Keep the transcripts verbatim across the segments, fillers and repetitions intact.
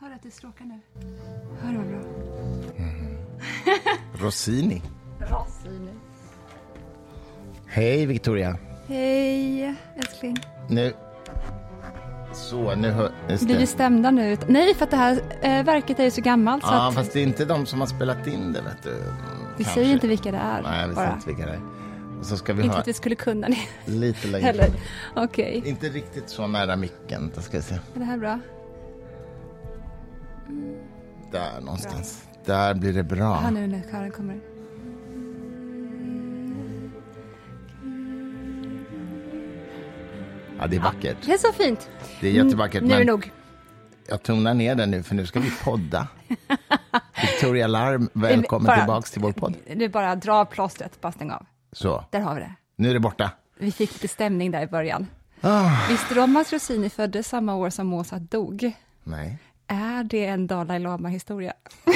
Hör att det stråkar nu. Hör vad bra. Mm. Rossini. Rossini. Hej Victoria. Hej älskling. Nu. Så, nu hör... Blir vi stämda nu? Nej, för att det här äh, verket är ju så gammalt. Ja, så att... fast det är inte de som har spelat in det, vet du. Vi Kanske. säger inte vilka det är. Nej, vi säger inte vilka det är. Och så ska vi inte ha... att vi skulle kunna det. Lite längre. Eller, okej. Okay. Inte riktigt så nära micken, då ska jag se. Är det här bra? Mm. Där någonstans. Bra. Där blir det bra. Ja, nu när kören kommer. Ja, det är vackert. Ja, det är så fint. Det är jättevackert. Mm, nu är det nog. Jag tonar ner den nu, för nu ska vi podda. Victoria Larm, välkommen bara, tillbaka till vår podd. Nu bara dra plåstret, bara stäng av. Så. Där har vi det. Nu är det borta. Vi fick lite stämning där i början. Ah. Visste du om att Rossini föddes samma år som Mozart dog? Nej. Är det en Dalai Lama-historia?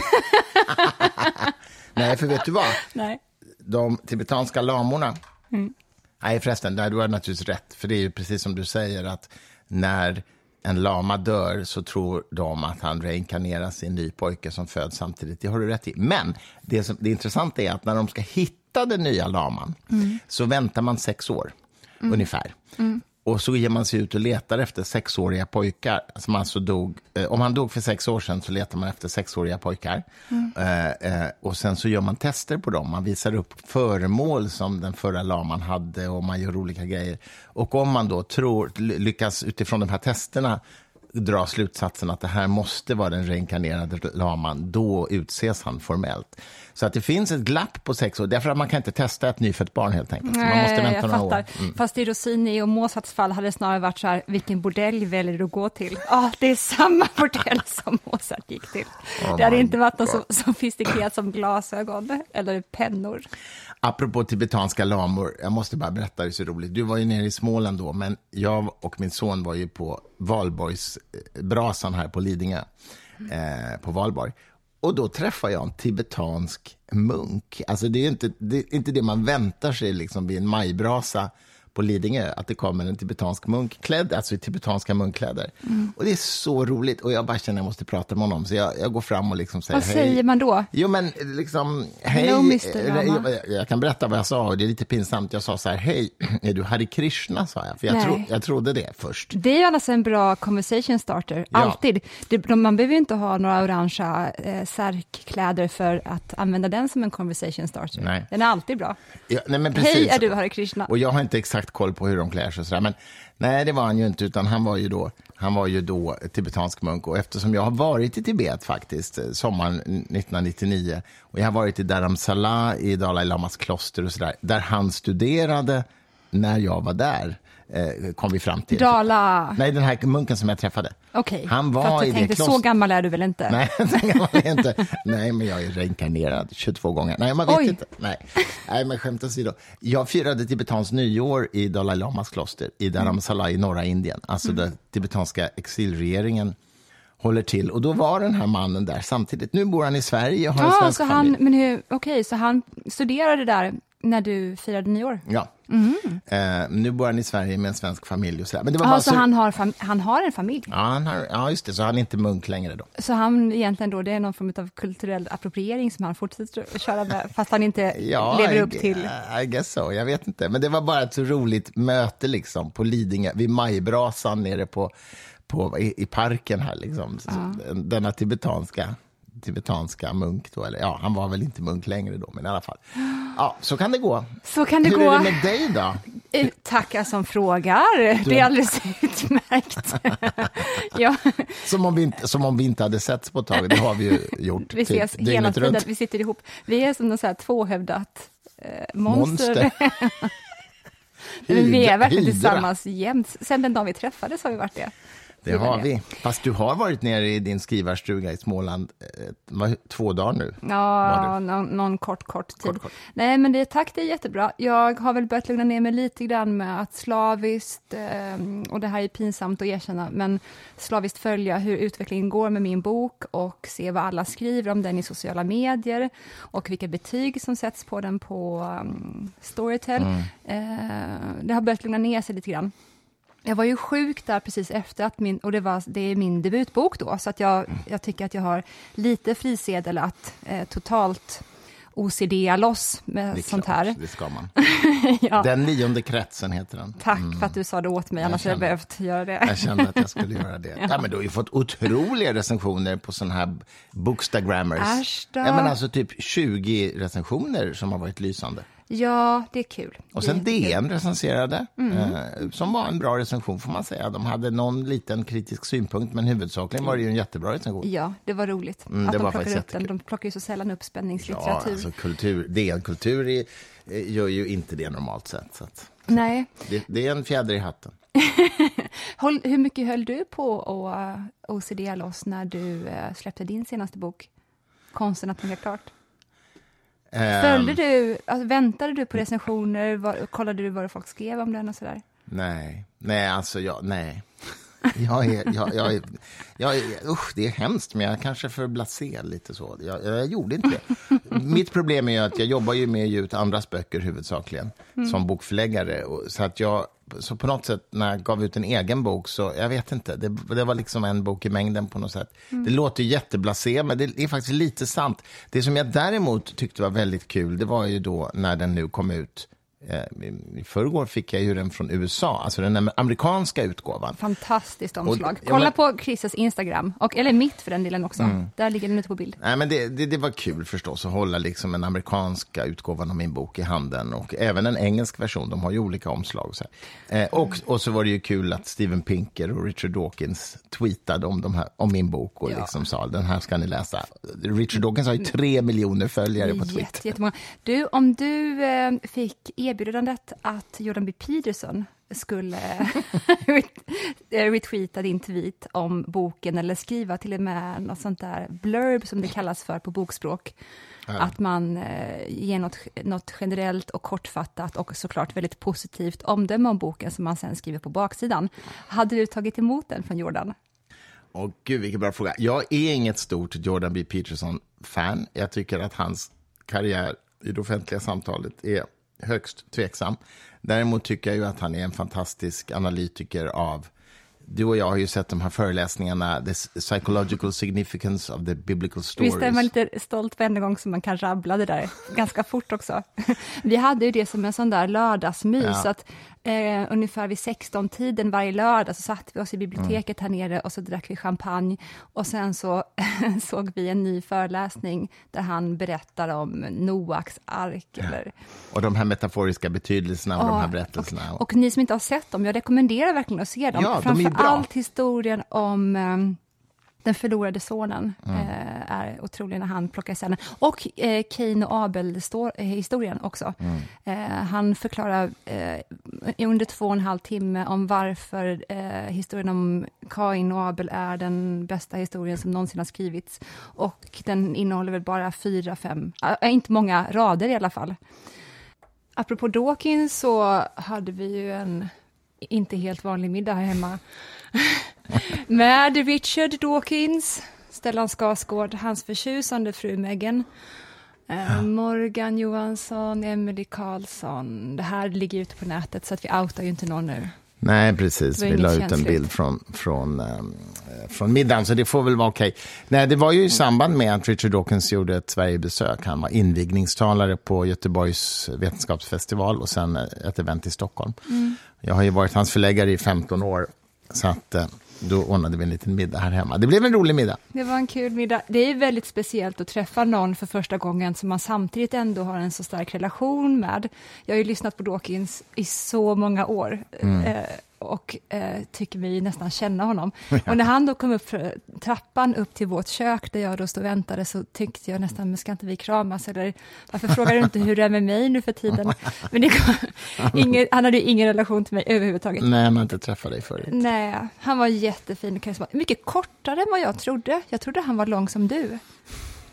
Nej, för vet du vad? Nej. De tibetanska lamorna... Mm. Nej, förresten, där du har naturligtvis rätt. För det är ju precis som du säger, att när en lama dör så tror de att han reinkarneras i en ny pojke som föds samtidigt. Det har du rätt i. Men det, som, det intressanta är att när de ska hitta den nya laman mm. så väntar man sex år mm. ungefär. Mm. Och så ger man sig ut och letar efter sexåriga pojkar som alltså dog. Eh, om han dog för sex år sedan så letar man efter sexåriga pojkar. Mm. Eh, eh, och sen så gör man tester på dem. Man visar upp föremål som den förra laman hade och man gör olika grejer. Och om man då tror, lyckas utifrån de här testerna dra slutsatsen att det här måste vara den reinkarnerade laman, då utses han formellt. Så att det finns ett glapp på sex år, därför att man kan inte testa ett nyfött barn helt enkelt. Nej, man måste vänta jag några fattar. år. Mm. Fast i Rossini och Mozarts fall hade det snarare varit så här, vilken bordell väljer du att gå till? Ja, ah, det är samma bordell som Mozart gick till. Oh det hade inte varit något så sofistikerat som glasögon eller pennor. Apropå tibetanska lamor, jag måste bara berätta, det är så roligt. Du var ju nere i Småland då, men jag och min son var ju på Valborgs brasan här på Lidingö, eh, på Valborg. Och då träffade jag en tibetansk munk. Alltså det är inte det, är inte det man väntar sig liksom vid en majbrasa på Lidingö, att det kommer en tibetansk munk klädd, alltså i tibetanska munkkläder. Mm. Och det är så roligt, och jag bara känner att jag måste prata med honom, så jag, jag går fram och liksom säger vad hej. Vad säger man då? Jo men liksom, hej, Hello, mister jag, jag kan berätta vad jag sa, och det är lite pinsamt. Jag sa så här, hej, är du Hare Krishna, sa jag, för jag, tro, jag trodde det först. Det är ju annars en bra conversation starter, ja. Alltid. Det, man behöver ju inte ha några orangea eh, särkkläder för att använda den som en conversation starter. Nej. Den är alltid bra. Ja, nej, men precis. Hej, är du Hare Krishna? Och jag har inte exakt koll på hur de klär sig och sådär, men nej, det var han ju inte, utan han var ju då han var ju då tibetansk munk, och eftersom jag har varit i Tibet faktiskt sommaren nittonhundranittionio, och jag har varit i Dharamsala i Dalai Lamas kloster och sådär, där han studerade när jag var där, eh, kom vi fram till. Dala. Nej, den här munken som jag träffade. Okej, okay. Han var för att jag i tänkte, det kloster. Så gammal är du väl inte? Nej, så gammal är jag inte. Nej, men jag är reinkarnerad tjugotvå gånger. Nej, man vet Oj. inte. Nej. Nej, men skämt åsido. Jag firade tibetans nyår i Dalai Lamas kloster i Dharamsala i norra Indien. Alltså mm. där tibetanska exilregeringen håller till. Och då var den här mannen där samtidigt. Nu bor han i Sverige och har ja, en svensk så familj. Han, men hur, okej, så han studerade där när du firade nyår? Ja. Mm. Eh, nu bor han i Sverige med en svensk familj och sådär. Men det var ja, bara så, så han, har fam- han har en familj? Ja, han har, ja, just det. Så han är inte munk längre då. Så han egentligen då, det är någon form av kulturell appropriering som han fortsätter att köra med, fast han inte ja, lever I, upp till? I guess so, jag vet inte. Men det var bara ett så roligt möte liksom på Lidingö, vid majbrasan nere på, på, i, i parken här liksom. Ja. Denna tibetanska... tibetanska munk då, eller ja, han var väl inte munk längre då, men i alla fall. Ja, så kan det gå. Så kan det Hur gå. Hur är det med dig då? Tackar som frågar. Du... Det är alldeles utmärkt. ja. som, om vi inte, som om vi inte hade setts på ett tag, det har vi ju gjort. Vi ses typ, hela tiden, vi sitter ihop. Vi är som någon så här tvåhövdat eh, monster. monster. Men vi är verkligen tillsammans jämt. Sen den dag vi träffades har vi varit det. Det har vi. Fast du har varit nere i din skrivarstuga i Småland eh, två dagar nu. Ja, någon, någon kort, kort tid. Kort, kort. Nej, men det, tack, det är jättebra. Jag har väl börjat lugna ner mig lite grann med att slaviskt, eh, och det här är pinsamt att erkänna, men slaviskt följa hur utvecklingen går med min bok och se vad alla skriver om den i sociala medier och vilka betyg som sätts på den på um, Storytel. Mm. Eh, det har börjat lugna ner sig lite grann. Jag var ju sjuk där precis efter att min, och det, var, det är min debutbok då, så att jag, jag tycker att jag har lite frisedel att eh, totalt O C D loss med sånt klart, här. Det ska man. Ja. Den nionde kretsen heter den. Tack mm. för att du sa det åt mig, jag annars hade jag behövt göra det. Jag kände att jag skulle göra det. Ja. Ja, men du har ju fått otroliga recensioner på sån här Bookstagrammers. Äsch då. Ja, men alltså typ tjugo recensioner som har varit lysande. Ja, det är kul. Och sen det D N recenserade, mm. eh, som var en bra recension får man säga. De hade någon liten kritisk synpunkt, men huvudsakligen var det ju en jättebra recension. Ja, det var roligt Mm, att det de var plockar upp den. jättekul. De plockar ju så sällan upp spänningslitteratur. Ja, alltså kultur, D N-kultur är, gör ju inte det normalt sett. Så att, Nej. Det, det är en fjäder i hatten. Håll, hur mycket höll du på att uh, O C D loss när du uh, släppte din senaste bok? Konsten att tänka klart. Följde du, alltså, väntade du på recensioner? Var, kollade du vad folk skrev om den och sådär? Nej, nej alltså jag, nej. Jag är, jag, jag är, jag är, usch, det är hemskt, men jag är kanske för blasé lite så. Jag, jag gjorde inte det. Mitt problem är ju att jag jobbar ju med att ge ut andras böcker huvudsakligen mm. som bokförläggare. Och, så att jag, så på något sätt när jag gav ut en egen bok så, jag vet inte, det, det var liksom en bok i mängden på något sätt. Mm. Det låter jätteblasé, men det är faktiskt lite sant. Det som jag däremot tyckte var väldigt kul, det var ju då när den nu kom ut. I förrgår fick jag ju den från U S A, alltså den amerikanska utgåvan. Fantastiskt omslag. Och, Kolla ja, men, på Chrises Instagram, och, eller mitt för den delen också. Mm. Där ligger den ute på bild. Nej, men det, det, det var kul förstås att hålla liksom en amerikanska utgåvan av min bok i handen. Och även en engelsk version, de har ju olika omslag. Så eh, och, och så var det ju kul att Steven Pinker och Richard Dawkins tweetade om, de här, om min bok och ja. liksom sa, den här ska ni läsa. Richard Dawkins har ju tre miljoner följare på Twitter. Jätte, jättemånga. Du, om du eh, fick erbjudandet att Jordan B. Peterson skulle retweeta din tweet om boken eller skriva till och med något sånt där blurb som det kallas för på bokspråk. Ja. Att man eh, ger något, något generellt och kortfattat och såklart väldigt positivt omdöme om boken som man sen skriver på baksidan. Hade du tagit emot den från Jordan? Åh gud, vilken bra fråga. Jag är inget stort Jordan B. Peterson-fan. Jag tycker att hans karriär i det offentliga samtalet är högst tveksam. Däremot tycker jag ju att han är en fantastisk analytiker av, du och jag har ju sett de här föreläsningarna, The Psychological Significance of the Biblical Stories. Visst är man lite stolt varje gång som man kan rabbla det där ganska fort också. Vi hade ju det som en sån där lördagsmys, ja. Så att eh, ungefär vid sexton-tiden varje lördag så satt vi oss i biblioteket mm. här nere och så drack vi champagne och sen så såg vi en ny föreläsning där han berättar om Noaks ark. Ja. Eller... Och de här metaforiska betydelserna och ja, de här berättelserna. Och, och ni som inte har sett dem, jag rekommenderar verkligen att se dem. Ja, framför de är bra. Allt historien om... Um, Den förlorade sonen mm. eh, är otrolig när han plockar isär den. Och eh, Kain och Abel-historien eh, också. Mm. Eh, han förklarar eh, under två och en halv timme om varför eh, historien om Kain och Abel är den bästa historien som någonsin har skrivits. Och den innehåller väl bara fyra, fem, äh, inte många rader i alla fall. Apropå Dawkins så hade vi ju en inte helt vanlig middag här hemma. Med Richard Dawkins, Stellan Skarsgård, hans förtjusande fru Megan, eh, Morgan Johansson, Emily Karlsson. Det här ligger ute på nätet så att vi outar ju inte någon nu. Nej, precis. Vi la ut en bild från, från, um, från middagen, så det får väl vara okej. Nej, det var ju i samband med att Richard Dawkins gjorde ett Sverigebesök. Han var invigningstalare på Göteborgs vetenskapsfestival och sen ett event i Stockholm. Mm. Jag har ju varit hans förläggare i femton år, så att... Då ordnade vi en liten middag här hemma. Det blev en rolig middag. Det var en kul middag. Det är väldigt speciellt att träffa någon för första gången som man samtidigt ändå har en så stark relation med. Jag har ju lyssnat på Dawkins i så många år mm. eh, och eh, tycker mig nästan känna honom. Ja. Och när han då kom upp för trappan upp till vårt kök där jag då stod och väntade så tyckte jag nästan, men ska inte vi kramas? Eller varför frågar du inte hur det är med mig nu för tiden? Men det kom, ingen, han hade ju ingen relation till mig överhuvudtaget. Nej, man har inte träffat dig förut. Nej, han var jättefin och karismatisk. Mycket kortare än vad jag trodde. Jag trodde han var lång som du.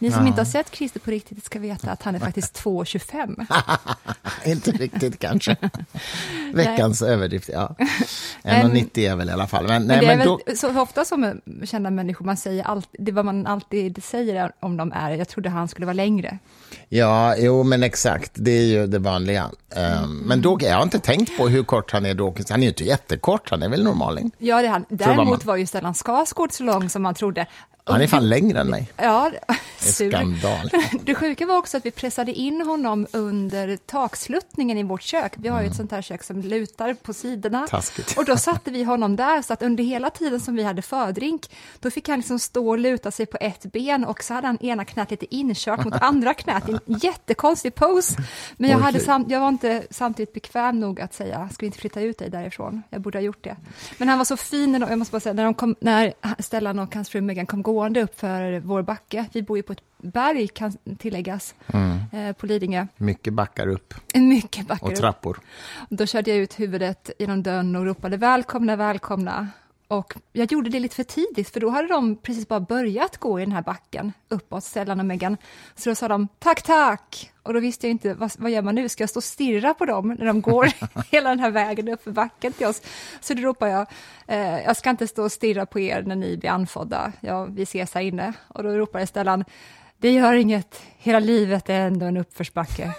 Ni som Ja. inte har sett Christer på riktigt ska veta att han är faktiskt två komma tjugofem. Inte riktigt kanske. Veckans överdrift, ja. en komma nittio är väl i alla fall. Men, nej, Men det är men då... väl så ofta som kända människor, man säger allt, det vad man alltid säger om dem är, jag trodde han skulle vara längre. Ja, jo men exakt, det är ju det vanliga. Mm. Um, men då, jag har inte tänkt på hur kort han är Dawkins. Han är ju inte jättekort, han är väl normaling. Ja, det är han. Däremot man... var ju Stellan Skarsgård så lång som man trodde. Han är fan längre än mig. Ja, det är skandal. Det sjuka var också att vi pressade in honom under taksluttningen i vårt kök. Vi har ju ett sånt här kök som lutar på sidorna. Taskigt. Och då satte vi honom där, så att under hela tiden som vi hade fördrink, då fick han liksom stå och luta sig på ett ben, och så hade han ena knät lite inkört mot andra knät. En jättekonstig pose. Men jag, hade sam- jag var inte samtidigt bekväm nog att säga, ska vi inte flytta ut dig därifrån? Jag borde ha gjort det. Men han var så fin, och jag måste bara säga, när, de kom, när Stellan och hans fru Megan kom gående upp för vår backe, vi bor ju på ett berg, kan tilläggas, mm. eh, på Lidingö. Mycket backar upp. Mycket backar och trappor. Upp. Då körde jag ut huvudet genom dörren och ropade välkomna, välkomna. Och jag gjorde det lite för tidigt, för då hade de precis bara börjat gå i den här backen uppåt, Stellan och Megan. Så då sa de tack, tack. Och då visste jag inte, vad, vad gör man nu? Ska jag stå och stirra på dem när de går hela den här vägen upp för backen till oss? Så då ropade jag, eh, jag ska inte stå och stirra på er när ni blir anfodda. Ja, vi ses här inne. Och då ropade Stellan, det gör inget, hela livet är ändå en uppförsbacke.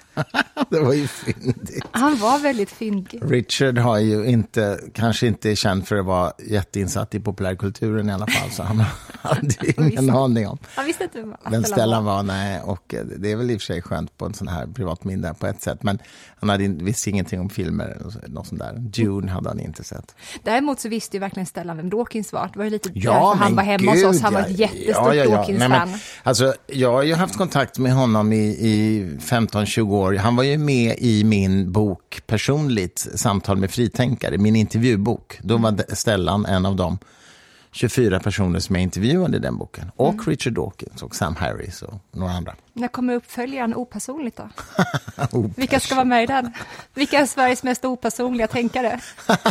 Det var ju fyndigt. Han var väldigt fyndig. Richard har ju inte, kanske inte är känd för att vara jätteinsatt i populärkulturen i alla fall, så han hade ingen aning om. Han visste inte vad den Stellan var, nej, och det är väl i och för sig skönt på en sån här privatminne på ett sätt, men han hade visste ingenting om filmer eller något sånt där. Dune hade han inte sett. Däremot så visste ju verkligen Stellan vem Dawkins var. Det var ju lite ja, därför han var hemma Gud, hos oss. Han ja, var ett jättestort ja, ja, ja. Dawkins-fan. Alltså, jag har ju haft kontakt med honom i, i femton tjugo år. Han var ju med i min bok personligt, Samtal med fritänkare, min intervjubok. Då var Stellan en av dem tjugofyra personer som jag intervjuade i den boken. Och mm. Richard Dawkins och Sam Harris och några andra. När kommer uppföljaren opersonligt då? Vilka ska vara med i den? Vilka är Sveriges mest opersonliga tänkare?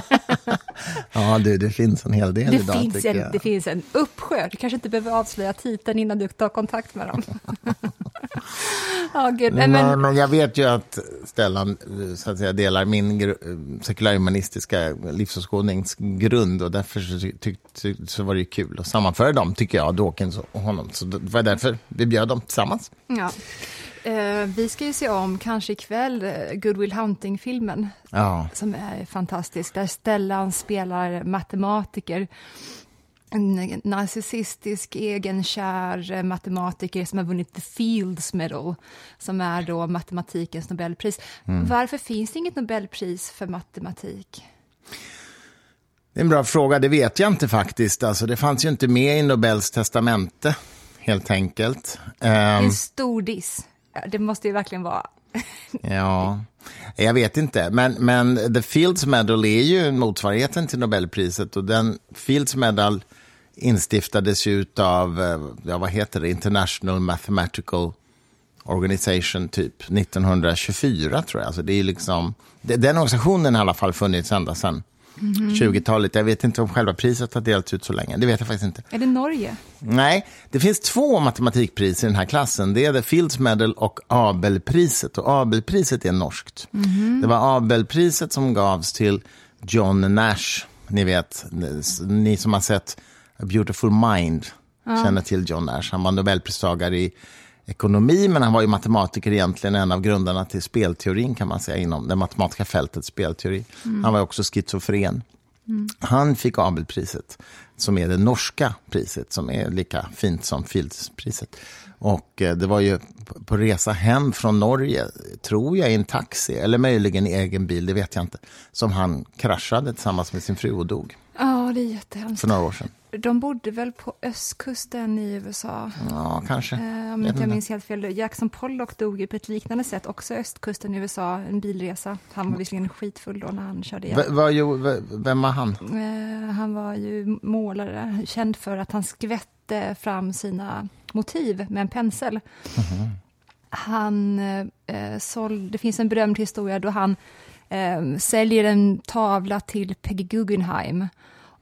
Ja, det, det finns en hel del det idag, finns tycker en, jag. Det finns en uppsjö. Du kanske inte behöver avslöja titeln innan du tar kontakt med dem. Oh, Gud. Nej, men... men jag vet ju att Stellan så att säga, delar min gr- sekulärhumanistiska livsåskådningsgrund, och därför så, tyckte, så var det ju kul att sammanföra dem, tycker jag, Dawkins och honom. Så det var därför vi bjöd dem tillsammans. Ja. Eh, vi ska ju se om, kanske ikväll, eh, Good Will Hunting-filmen. Ja. Som är fantastisk. Där Stellan spelar matematiker. En narcissistisk, egenkär matematiker som har vunnit The Fields Medal, som är då matematikens Nobelpris. Mm. Varför finns det inget Nobelpris för matematik? Det är en bra fråga, det vet jag inte faktiskt. Alltså, det fanns ju inte med i Nobels testamente, helt enkelt. Um, en stor diss. Det måste ju verkligen vara... Ja, jag vet inte. Men, men The Fields Medal är ju motsvarigheten till Nobelpriset, och den Fields Medal instiftades ju av, ja, vad heter det, International Mathematical Organization typ nittonhundratjugofyra, tror jag. Alltså det är liksom, den organisationen har i alla fall funnits ända sedan mm-hmm. tjugotalet. Jag vet inte om själva priset har delats ut så länge. Det vet jag faktiskt inte. Är det Norge? Nej, det finns två matematikpris i den här klassen. Det är The Fields Medal och Abelpriset. Och Abelpriset är norskt. Mm-hmm. Det var Abelpriset som gavs till John Nash. Ni vet, ni som har sett A Beautiful Mind ja. Känner till John Nash. Han var Nobelpristagare i ekonomi, men han var ju matematiker, egentligen en av grundarna till spelteorin, kan man säga, inom det matematiska fältet spelteori. Mm. Han var också schizofren. Mm. Han fick Abelpriset, som är det norska priset, som är lika fint som Fieldspriset. Och eh, det var ju på, på resa hem från Norge, tror jag, i en taxi, eller möjligen i egen bil, det vet jag inte, som han kraschade tillsammans med sin fru och dog. Ja, det är jättehemskt. För några år sedan. De bodde väl på östkusten i U S A? Ja, kanske. Eh, om inte jag minns helt fel. Jackson Pollock dog ju på ett liknande sätt, också östkusten i U S A, en bilresa. Han var visserligen skitfull då när han körde igen. V- var ju, v- vem var han? Eh, han var ju målare, känd för att han skvätte fram sina motiv med en pensel. Mm-hmm. Han eh, såld, det finns en berömd historia då han eh, säljer en tavla till Peggy Guggenheim.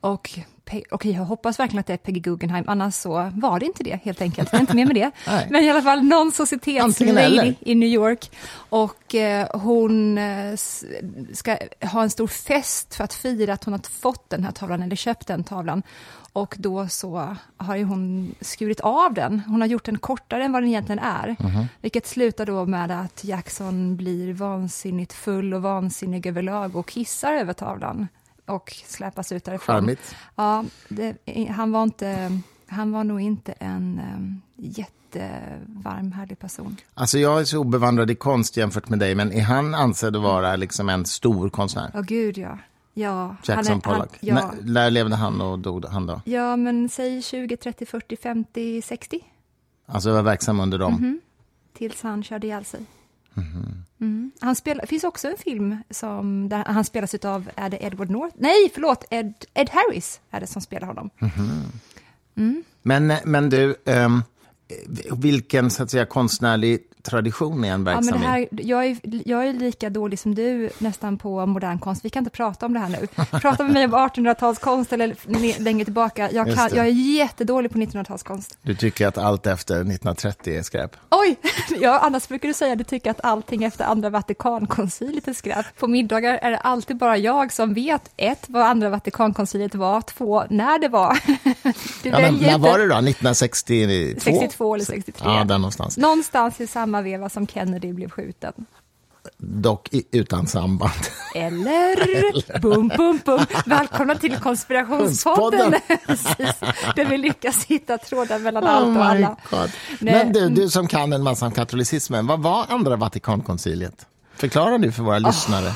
Och Pe- okej, jag hoppas verkligen att det är Peggy Guggenheim, annars så var det inte det helt enkelt. Jag är inte med med det. Men i alla fall någon societetslady i New York. Och eh, hon eh, ska ha en stor fest för att fira att hon har fått den här tavlan eller köpt den tavlan. Och då så har ju hon skurit av den. Hon har gjort den kortare än vad den egentligen är. Mm-hmm. Vilket slutar då med att Jackson blir vansinnigt full och vansinnig överlag och kissar över tavlan. Och släpas ut därifrån. Charmigt. Ja, det, han, var inte, han var nog inte en um, jättevarm, härlig person. Alltså jag är så obevandrad i konst jämfört med dig, men är han ansedd att vara liksom en stor konstnär? Ja, gud ja. ja Jackson han är, Pollock. Han, ja. När, när levde han och dog han då? Ja, men säg tjugo, trettio, fyrtio, femtio, sextio. Alltså var verksam under dem? Mm-hmm. Tills han körde ihjäl sig. Mm-hmm. Mm. Han spel, det finns också en film som, där han spelas av, är det Edward North? Nej, förlåt, Ed, Ed Harris är det som spelar honom. Mm-hmm. Mm. Men, men du, um, vilken så att säga konstnärlig tradition är en verksam? Ja, men det här, jag, är, jag är lika dålig som du nästan på modern konst. Vi kan inte prata om det här nu. Prata med mig om artonhundratalskonst eller längre tillbaka. Jag, kan, jag är jättedålig på nittonhundratalskonst. Du tycker att allt efter nittonhundratrettio är skräp? Oj! Ja, annars brukar du säga att du tycker att allting efter andra Vatikankoncilet är skräp. På middagar är det alltid bara jag som vet ett, vad andra Vatikankoncilet var, två, när det var. Det ja, men, när var det då? nittonhundrasextiotvå? sextiotvå eller sextiotre. Ja, där någonstans. Någonstans i samma veva som Kennedy blev skjuten. Dock i, utan samband. Eller, Eller. Bum, bum, bum. Välkomna till konspirationspodden. Där vi lyckas hitta trådar mellan oh allt och alla. Men du, du som kan en massa om katolicismen, vad var andra Vatikankonciliet? Förklara du för våra oh. lyssnare.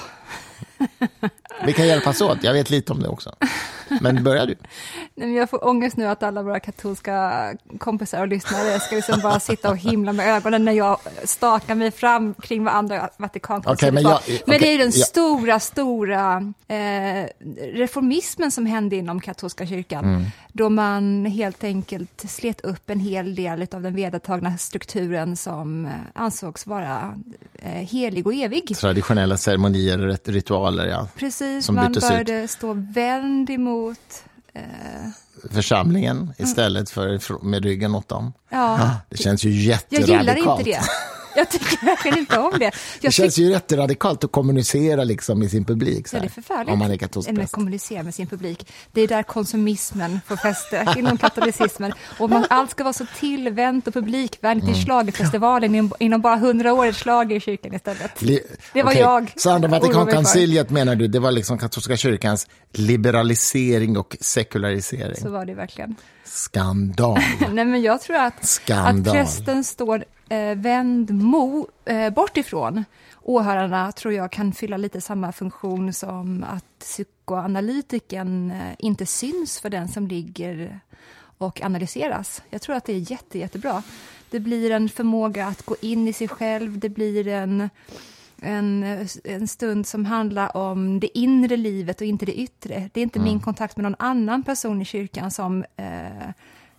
Vi kan hjälpas åt, jag vet lite om det också. Men börjar du? Nej, men jag får ångest nu att alla våra katolska kompisar och lyssnare ska liksom bara sitta och himla med ögonen när jag stakar mig fram kring vad andra Vatikankonciliet okay, men var. Okay, men det är ju den ja. stora, stora eh, reformismen som hände inom katolska kyrkan. Mm. Då man helt enkelt slet upp en hel del av den vedertagna strukturen som ansågs vara eh, helig och evig. Traditionella ceremonier och ritualer, ja. Precis, som man började ut. stå vänd emot eh... församlingen istället för med ryggen åt dem. Ja. Ah, det känns ju jätteradikalt. Jag gillar inte det. Jag tycker verkligen inte om det. Jag det känns tyck- ju jätteradikalt att kommunicera liksom med sin publik. Så här, ja, det är förfärligt. Om man är katolsk med kommunicera med sin publik. Det är där konsumismen får fäste inom katolicismen. Och man, allt ska vara så tillvänt och publikvänligt mm. i schlagerfestivalen inom, inom bara hundra år schlager i kyrkan istället. Li- det var okay. jag. Så andra Vatikankonciliet menar du, det var liksom katolska kyrkans liberalisering och sekularisering. Så var det verkligen. Skandal. Nej, men jag tror att, att prästen står eh, vänd mo, eh, bort ifrån. Åhörarna tror jag kan fylla lite samma funktion som att psykoanalytiken eh, inte syns för den som ligger och analyseras. Jag tror att det är jätte, jättebra. Det blir en förmåga att gå in i sig själv. Det blir en... En, en stund som handlar om det inre livet och inte det yttre. Det är inte mm. min kontakt med någon annan person i kyrkan som eh,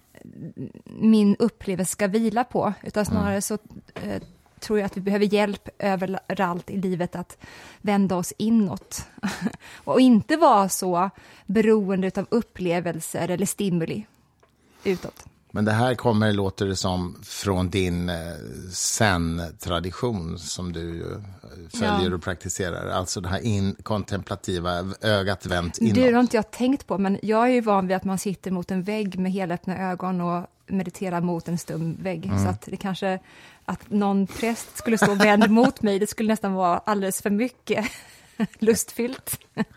min upplevelse ska vila på. Utan snarare mm. så eh, tror jag att vi behöver hjälp överallt i livet att vända oss inåt. Och inte vara så beroende av upplevelser eller stimuli utåt. Men det här kommer, låter det som, från din eh, zen-tradition som du eh, följer ja. och praktiserar. Alltså det här in, kontemplativa ögat vänt inåt. Det har inte jag tänkt på, men jag är ju van vid att man sitter mot en vägg med helöppna ögon och mediterar mot en stum vägg. Mm. Så att det kanske, att någon präst skulle stå vänd mot mig, det skulle nästan vara alldeles för mycket lustfyllt.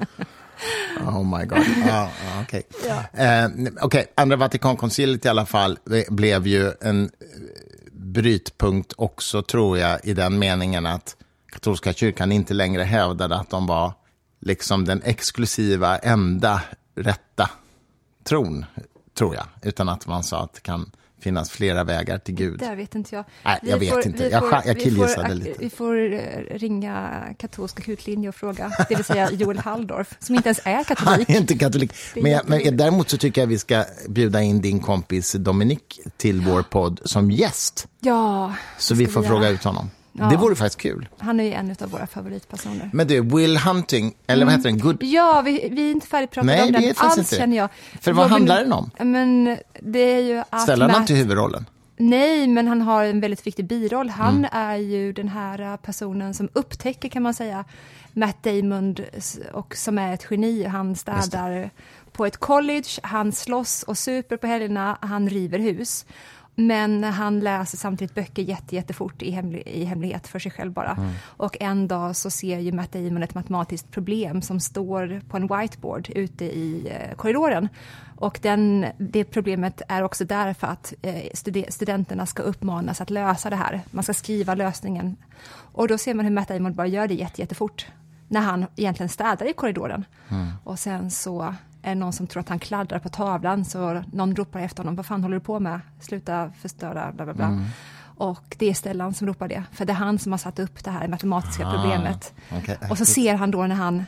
Oh my god. Ah, okej. Okay. Ja. Eh, okay. Andra Vatikankonciliet i alla fall blev ju en brytpunkt också, tror jag, i den meningen att katolska kyrkan inte längre hävdade att de var liksom den exklusiva enda rätta tron, tror jag, utan att man sa att det kan finnas flera vägar till Gud. Där vet inte jag. Nej, jag vi vet får, inte. Jag, får, jag killgissade får, lite. Vi får ringa katolska hudlinje och fråga, det vill säga Joel Halldorf, som inte ens är katolik. Han är inte katolik. Men, jag, men däremot så tycker jag vi ska bjuda in din kompis Dominic till vår podd som gäst. Ja. Så vi får vi fråga ut honom. Ja. Det vore faktiskt kul. Han är ju en av våra favoritpersoner. Men du, Will Hunting, eller mm. vad heter den? Good... Ja, vi, vi är inte färdigt pratade om den alls, inte. Känner jag. För vad Robin, handlar den om? Men det är ju att Ställer han till huvudrollen? Nej, men han har en väldigt viktig biroll. Han mm. är ju den här personen som upptäcker, kan man säga, Matt Damon, och som är ett geni. Han städar på ett college, han slåss och super på helgerna, han river hus. Men han läser samtidigt böcker jätte, jättefort i, hemlig, i hemlighet för sig själv bara. Mm. Och en dag så ser ju Matt Damon ett matematiskt problem som står på en whiteboard ute i eh, korridoren. Och den, det problemet är också där för att eh, stud- studenterna ska uppmanas att lösa det här. Man ska skriva lösningen. Och då ser man hur Matt Damon bara gör det jätte, jättefort. När han egentligen städar i korridoren. Mm. Och sen så är det någon som tror att han kladdar på tavlan, så någon ropar efter honom, vad fan håller du på med? Sluta förstöra, bla bla bla. Mm. Och det är Stellan som ropar det, för det är han som har satt upp det här matematiska ah, problemet. Okay. Och så ser han då när han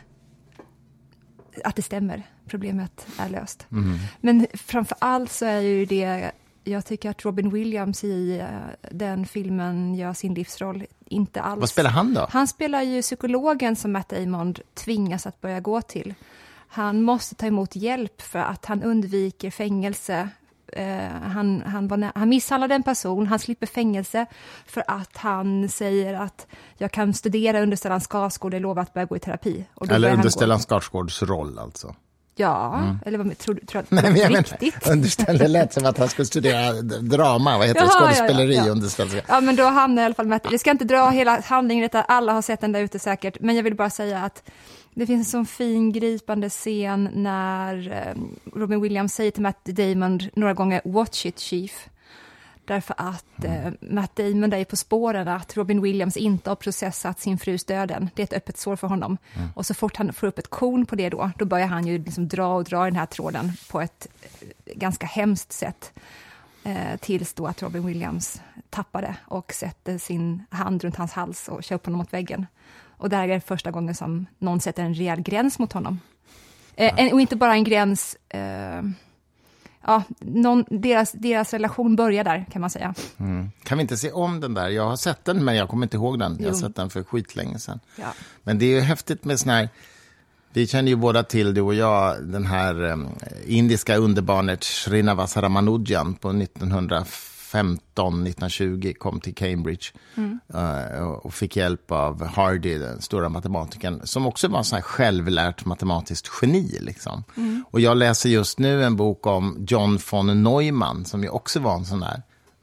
att det stämmer, problemet är löst. Mm. Men framför allt så är ju det, jag tycker att Robin Williams i uh, den filmen gör sin livsroll inte alls. Vad spelar han då? Han spelar ju psykologen som Matt Damon tvingas att börja gå till. Han måste ta emot hjälp för att han undviker fängelse. Uh, han, han, var, han misshandlade en person, han slipper fängelse för att han säger att jag kan studera under Stellan Skarsgård och lovar att börja gå i terapi. Och eller under Stellan Skarsgårds roll alltså. Ja, mm. eller vad tror du? Tror Nej, men jag menar, underställde lät som att han skulle studera drama, vad heter det, skådespeleri ja, ja, ja. underställde. Ja, men då hamnar i alla fall med att vi ska inte dra hela handlingen, alla har sett den där ute säkert, men jag vill bara säga att det finns en sån fin gripande scen när eh, Robin Williams säger till Matt Damon några gånger, watch it chief. Därför att eh, Matt Damon där är på spåren att Robin Williams inte har processat sin frus döden. Det är ett öppet sår för honom. Mm. Och så fort han får upp ett korn på det då, då börjar han ju liksom dra och dra den här tråden på ett eh, ganska hemskt sätt. Eh, tills då att Robin Williams tappar det och sätter sin hand runt hans hals och kör upp honom mot väggen. Och där är det första gången som någon sätter en rejäl gräns mot honom. Eh, en, och inte bara en gräns... Eh, Ja, någon, deras, deras relation börjar där, kan man säga. Mm. Kan vi inte se om den där? Jag har sett den, men jag kommer inte ihåg den. Jag har jo. sett den för skitlänge sedan. Ja. Men det är ju häftigt med sån här... Vi känner ju båda till, du och jag, den här um, indiska underbarnet Srinivasa Ramanujan på nittonhundrafemton nittonhundratjugo kom till Cambridge mm. uh, och fick hjälp av Hardy, den stora matematikern, som också var en sån här självlärt matematiskt geni. Liksom. Mm. Och jag läser just nu en bok om John von Neumann, som ju också var en sån här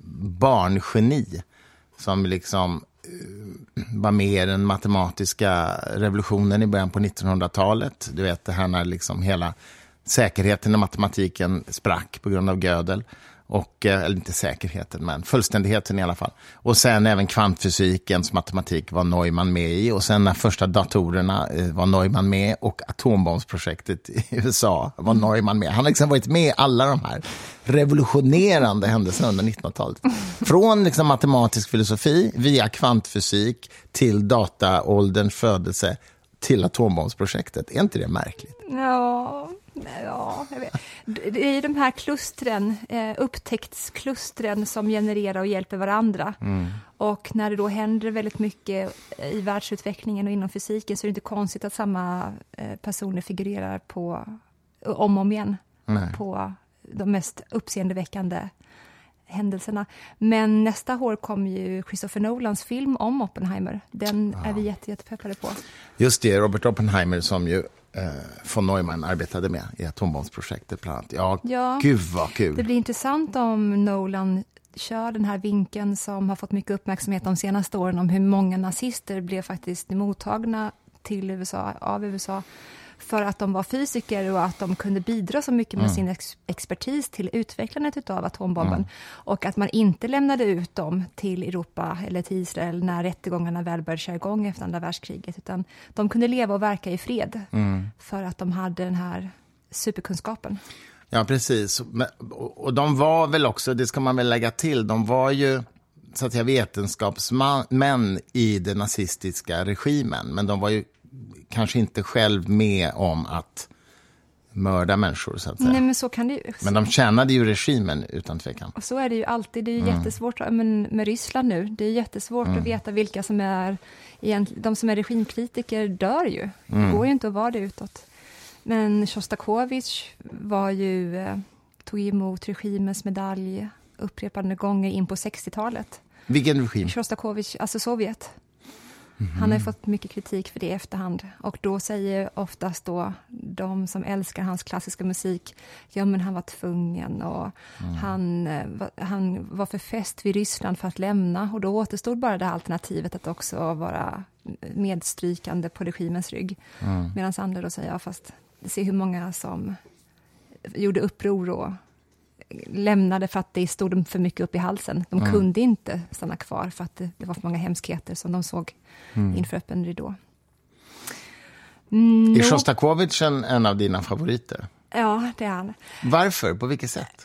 barngeni, som liksom var med i den matematiska revolutionen i början på nittonhundratalet. Du vet, det här när liksom hela säkerheten i matematiken sprack på grund av Gödel. Och, eller inte säkerheten, men fullständigheten i alla fall. Och sen även kvantfysikens matematik var Neumann med i. Och sen när första datorerna var Neumann med. Och atombombsprojektet i U S A var Neumann med. Han har liksom varit med i alla de här revolutionerande händelserna under nittonhundratalet. Från liksom matematisk filosofi via kvantfysik till dataålderns födelse till atombombsprojektet. Är inte det märkligt? Ja... Ja, jag vet. Det är de här klustren, eh, upptäcktsklustren som genererar och hjälper varandra. Mm. Och när det då händer väldigt mycket i världsutvecklingen och inom fysiken så är det inte konstigt att samma eh, personer figurerar på, om och om igen. Nej. På de mest uppseendeväckande händelserna. Men nästa år kommer ju Christopher Nolans film om Oppenheimer. Den ja. är vi jätte, jättepeppade på. Just det, Robert Oppenheimer som ju eh, von Neumann arbetade med i atombombsprojektet bland annat. Ja, ja, gud vad kul. Det blir intressant om Nolan kör den här vinkeln som har fått mycket uppmärksamhet de senaste åren om hur många nazister blev faktiskt mottagna till U S A, av U S A för att de var fysiker och att de kunde bidra så mycket med mm. sin ex- expertis till utvecklandet av atombomben. Mm. Och att man inte lämnade ut dem till Europa eller till Israel när rättegångarna väl började köra igång efter andra världskriget. Utan de kunde leva och verka i fred mm. för att de hade den här superkunskapen. Ja, precis. Och de var väl också, det ska man väl lägga till, de var ju så att säga vetenskapsmän i den nazistiska regimen. Men de var ju kanske inte själv med om att mörda människor, så att säga. Nej, men så kan det ju. Men de tjänade ju regimen utan tvekan. Och så är det ju alltid. Det är ju Mm. jättesvårt. Men med Ryssland nu, det är jättesvårt Mm. att veta vilka som är... Egentligen, de som är regimkritiker dör ju. Mm. Det går ju inte att vara det utåt. Men Shostakovich var ju, eh, tog emot regimens medalj upprepade gånger in på sextiotalet. Vilken regim? Shostakovich, alltså Sovjet. Mm. Han har ju fått mycket kritik för det i efterhand. Och då säger oftast då de som älskar hans klassiska musik, ja men han var tvungen och Mm. han, eh, va- han var för fäst vid Ryssland för att lämna. Och då återstod bara det alternativet att också vara medstrykande på regimens rygg. Mm. Medan andra då säger, ja fast se hur många som gjorde uppror och lämnade för att det stod dem för mycket upp i halsen. De Mm. kunde inte stanna kvar för att det, det var för många hemskheter som de såg Mm. inför öppen ridå. Mm, Är nå- Shostakovich en, en av dina favoriter? Ja, det är han. Varför? På vilket sätt?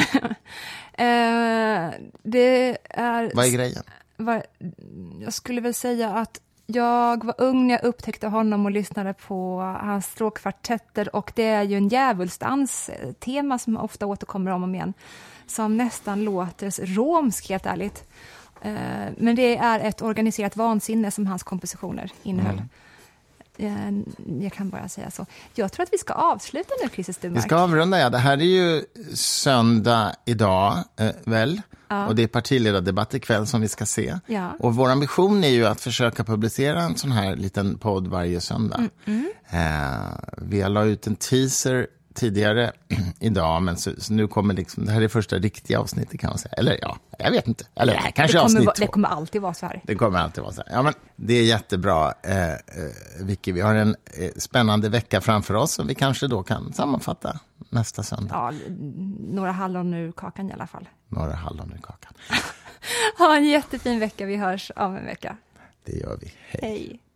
Eh, det är... Vad är grejen? var, jag skulle väl säga att jag var ung när jag upptäckte honom och lyssnade på hans stråkkvartetter, och det är ju en djävulsdans, tema som ofta återkommer om och om igen, som nästan låter romskt, helt ärligt. Eh, men det är ett organiserat vansinne som hans kompositioner innehöll. Mm. Eh, jag kan bara säga så. Jag tror att vi ska avsluta nu, Christer Sturmark. Vi ska avrunda, ja. Det här är ju söndag idag, eh, väl? Ja. Och det är partiledardebatt ikväll som vi ska se. Ja. Och vår ambition är ju att försöka publicera en sån här liten podd varje söndag. Mm, Eh, vi har la ut en teaser tidigare idag, men så, så nu kommer liksom, det här är första riktiga avsnittet, kan man säga. Eller ja, jag vet inte. Eller det här kanske det, är kommer, avsnitt va- två. det kommer alltid vara så här. Det kommer alltid vara så här. Ja, men det är jättebra, eh, eh, Vicky. Vi har en eh, spännande vecka framför oss, och vi kanske då kan sammanfatta nästa söndag. Ja, några hallon ur kakan i alla fall. Några hallon i kakan. Ha en jättefin vecka. Vi hörs om en vecka. Det gör vi. Hej. Hej.